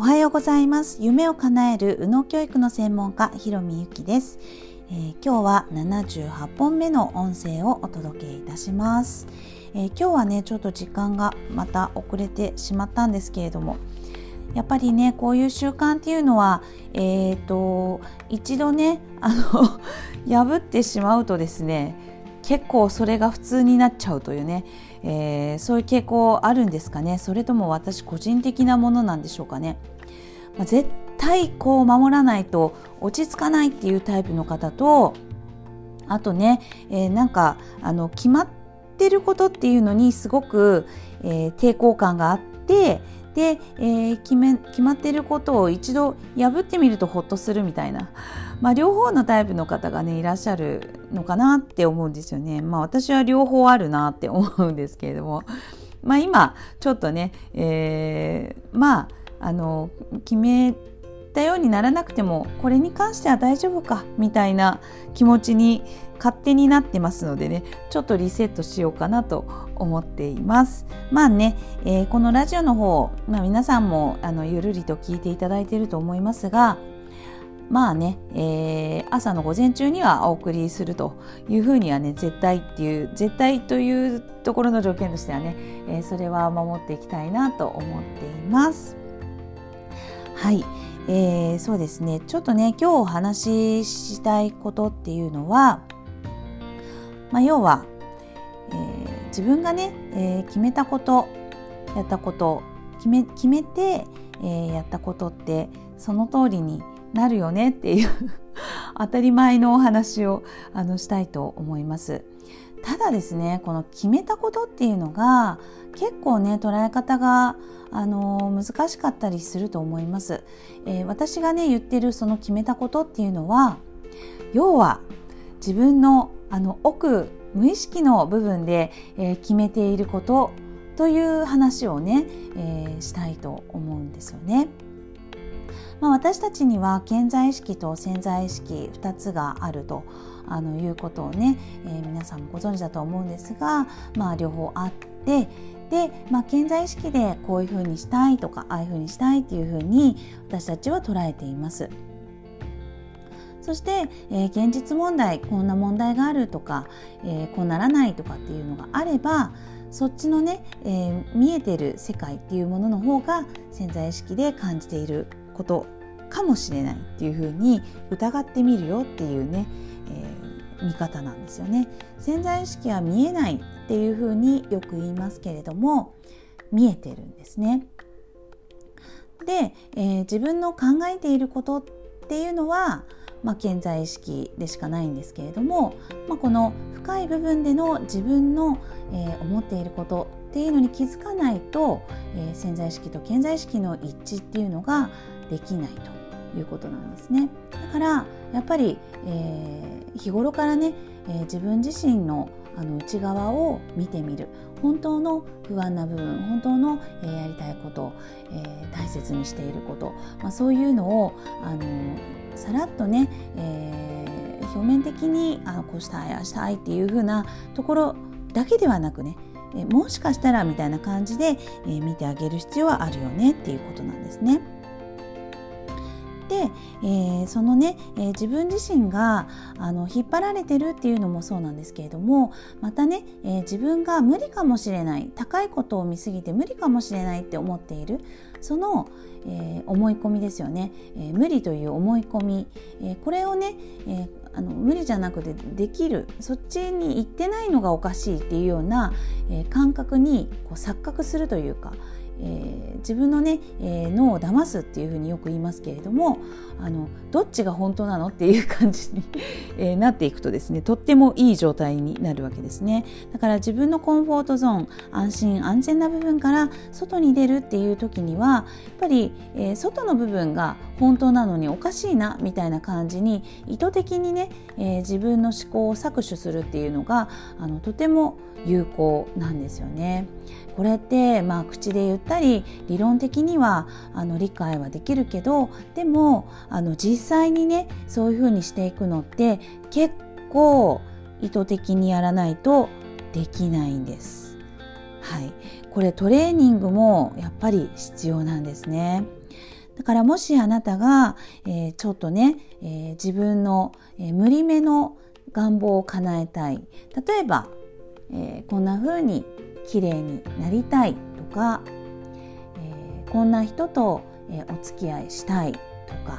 はようございます。夢を叶える右脳教育の専門家、ひろみゆきです。今日は78本目の音声をお届けいたします。今日はねちょっと時間がまた遅れてしまったんですけれども、やっぱりねこういう習慣っていうのは一度ね破ってしまうとですね、結構それが普通になっちゃうというね、そういう傾向あるんですかね。それとも私個人的なものなんでしょうかね。絶対こう守らないと落ち着かないっていうタイプの方と、あとね、決まってることっていうのにすごく、抵抗感があって、で、決まっていることを一度破ってみるとほっとするみたいな、両方のタイプの方がねいらっしゃるのかなって思うんですよね。私は両方あるなって思うんですけれども、今ちょっとね、決めたようにならなくてもこれに関しては大丈夫かみたいな気持ちに勝手になってますのでね、ちょっとリセットしようかなと思っています。このラジオの方、皆さんもゆるりと聞いていただいていると思いますが、朝の午前中にはお送りするというふうにはね、絶対というところの条件としてはね、それは守っていきたいなと思っています。はい、そうですね、ちょっとね今日お話ししたいことっていうのは、要は、自分がね、決めたことやったこと決めて、やったことってその通りになるよねっていう当たり前のお話をしたいと思います。ただですね、この決めたことっていうのが結構ね捉え方が難しかったりすると思います。私がね言ってるその決めたことっていうのは、要は自分の奥無意識の部分で、決めていることという話をね、したいと思うんですよね。私たちには顕在意識と潜在意識2つがあるということをね、皆さんもご存知だと思うんですが、両方あって、で、顕在意識でこういうふうにしたいとかああいうふうにしたいっていうふうに私たちは捉えています。そして、現実問題、こんな問題があるとか、こうならないとかっていうのがあれば、そっちのね、見えてる世界っていうものの方が潜在意識で感じていることかもしれないっていうふうに疑ってみるよっていうね、見方なんですよね。潜在意識は見えないっていうふうによく言いますけれども、見えてるんですね。で、自分の考えていることっていうのは顕在意識でしかないんですけれども、この深い部分での自分の、思っていることっていうのに気づかないと、潜在意識と顕在意識の一致っていうのができないということなんですね。だからやっぱり、日頃からね、自分自身の内側を見てみる。本当の不安な部分、本当の、やりたいこと、大切にしていること、そういうのをさらっとね、表面的にこうしたいああしたいっていう風なところだけではなくね、もしかしたらみたいな感じで、見てあげる必要はあるよねっていうことなんですね。で、そのね、自分自身が引っ張られてるっていうのもそうなんですけれども、またね、自分が無理かもしれない、高いことを見すぎて無理かもしれないって思っているその、思い込みですよね。無理という思い込み、これをね、無理じゃなくてできる、そっちに行ってないのがおかしいっていうような、感覚にこう錯覚するというか、自分のね、脳を騙すっていうふうによく言いますけれども、どっちが本当なのっていう感じに、なっていくとですね、とってもいい状態になるわけですね。だから自分のコンフォートゾーン、安心安全な部分から外に出るっていう時にはやっぱり、外の部分が本当なのにおかしいなみたいな感じに意図的にね、自分の思考を搾取するっていうのがとても有効なんですよね。これって口で言ったり理論的には理解はできるけど、でも実際にねそういうふうにしていくのって結構意図的にやらないとできないんです。はい、これトレーニングもやっぱり必要なんですね。 だからもしあなたが、ちょっとね、自分の、無理めの願望を叶えたい、例えば、こんな風に綺麗になりたいとか、こんな人と、お付き合いしたいとか、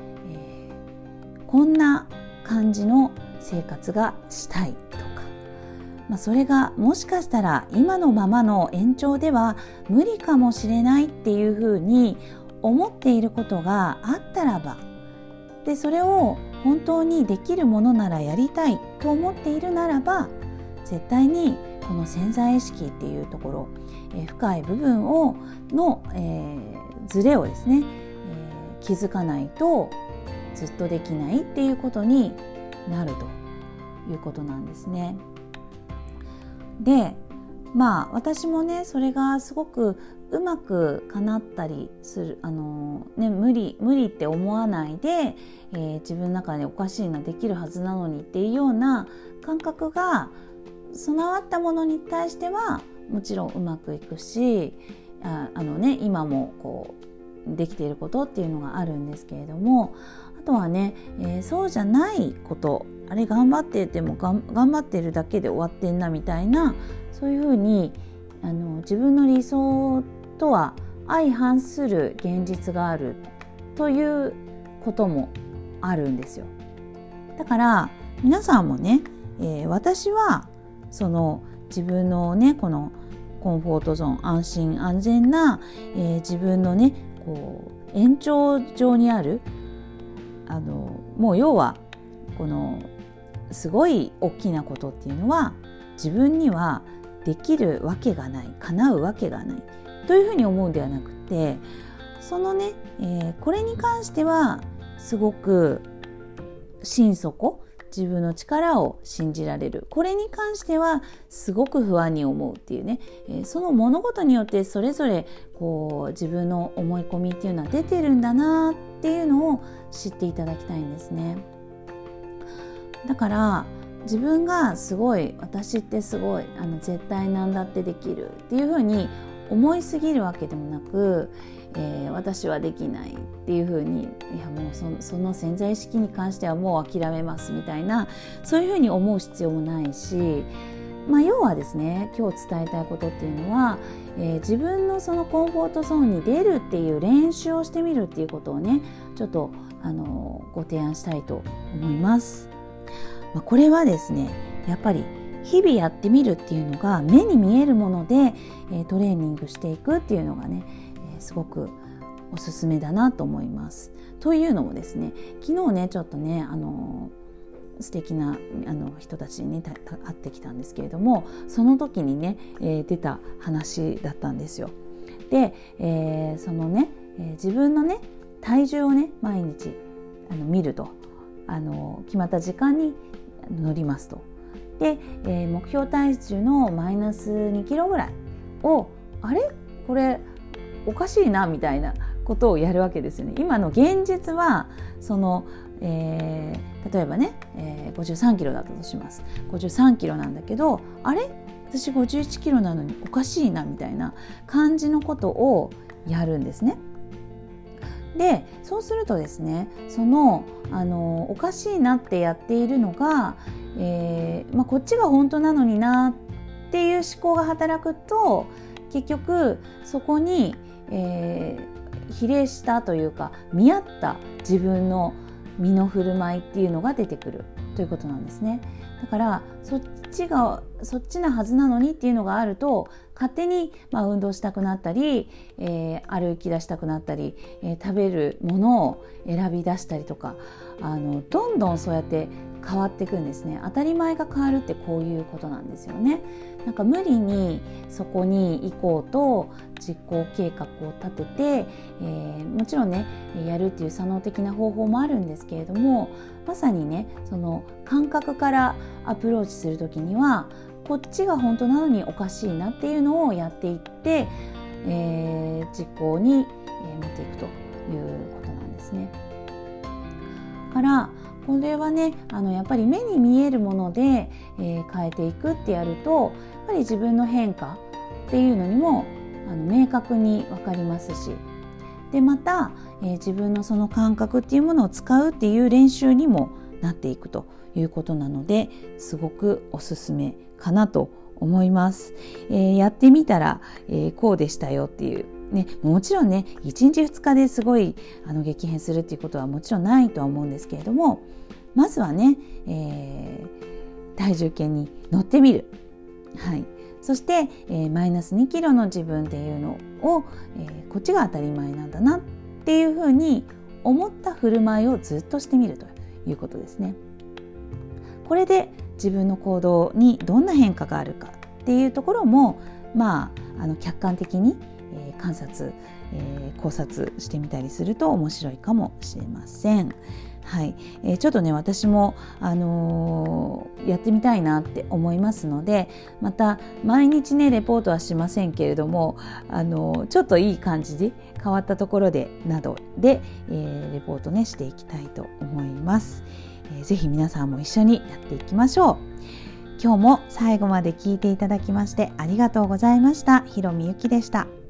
こんな感じの生活がしたいとか、それがもしかしたら今のままの延長では無理かもしれないっていうふうに思っていることがあったらば、でそれを本当にできるものならやりたいと思っているならば、絶対にこの潜在意識っていうところ、深い部分の、ズレをですね、気づかないとずっとできないっていうことになるということなんですね。で、私もね、それがすごくうまく叶ったりする、無理って思わないで、自分の中でおかしいな、できるはずなのにっていうような感覚が備わったものに対してはもちろんうまくいくし、今もこうできていることっていうのがあるんですけれども、あとはね、そうじゃないこと、あれ頑張ってても頑張ってるだけで終わってんなみたいな、そういうふうに自分の理想とは相反する現実があるということもあるんですよ。だから皆さんもね、私はその自分のね、このコンフォートゾーン、安心安全な、自分のね、こう延長上にあるもう要はこのすごい大きなことっていうのは自分にはできるわけがない、叶うわけがないというふうに思うんではなくて、そのね、これに関してはすごく心底自分の力を信じられる、これに関してはすごく不安に思うっていうね、その物事によってそれぞれこう自分の思い込みっていうのは出てるんだなっていうのを知っていただきたいんですね。だから自分がすごい、私ってすごい絶対なんだってできるっていうふうに思いすぎるわけでもなく、私はできないっていうふうに、いやもうその潜在意識に関してはもう諦めますみたいな、そういうふうに思う必要もないし、要はですね、今日伝えたいことっていうのは、自分のそのコンフォートゾーンに出るっていう練習をしてみるっていうことをね、ちょっとご提案したいと思います。これはですね、やっぱり日々やってみるっていうのが目に見えるもので、トレーニングしていくっていうのがね、すごくおすすめだなと思います。というのもですね、昨日ねちょっとね素敵な人たちに、ね、会ってきたんですけれども、その時にね、出た話だったんですよ。で、そのね、自分のね体重をね毎日見ると、決まった時間に乗りますと。で、目標体重のマイナス2キロぐらいを、あれこれおかしいなみたいなことをやるわけですよね。今の現実はその、例えばね、53キロだったとします。53キロなんだけど、あれ私51キロなのにおかしいなみたいな感じのことをやるんですね。でそうするとですね、そのおかしいなってやっているのが、こっちが本当なのになっていう思考が働くと、結局そこに、比例したというか見合った自分の身の振る舞いっていうのが出てくるということなんですね。だからそっちなはずなのにっていうのがあると、勝手に運動したくなったり、歩き出したくなったり、食べるものを選び出したりとか、どんどんそうやって変わっていくんですね。当たり前が変わるってこういうことなんですよね。なんか無理にそこに行こうと実行計画を立てて、もちろんねやるっていう作能的な方法もあるんですけれども、まさにねその感覚からアプローチするときには、こっちが本当なのにおかしいなっていうのをやっていって、実行に持っていくということなんですね。だからこれはねやっぱり目に見えるもので、変えていくってやると、やっぱり自分の変化っていうのにも明確に分かりますし、 でまた、自分のその感覚っていうものを使うっていう練習にもなっていくということなので、すごくおすすめかなと思います。やってみたら、こうでしたよっていうね、もちろんね1日2日ですごい激変するっていうことはもちろんないとは思うんですけれども、まずはね、体重計に乗ってみる、はい、そして、マイナス2キロの自分っていうのを、こっちが当たり前なんだなっていうふうに思った振る舞いをずっとしてみるということですね。これで自分の行動にどんな変化があるかっていうところも、客観的に、観察、考察してみたりすると面白いかもしれません。はい、ちょっとね私も、やってみたいなって思いますので、また毎日ねレポートはしませんけれども、ちょっといい感じで変わったところでなどで、レポートねしていきたいと思います。ぜひ皆さんも一緒にやっていきましょう。今日も最後まで聞いていただきましてありがとうございました。ひろみゆきでした。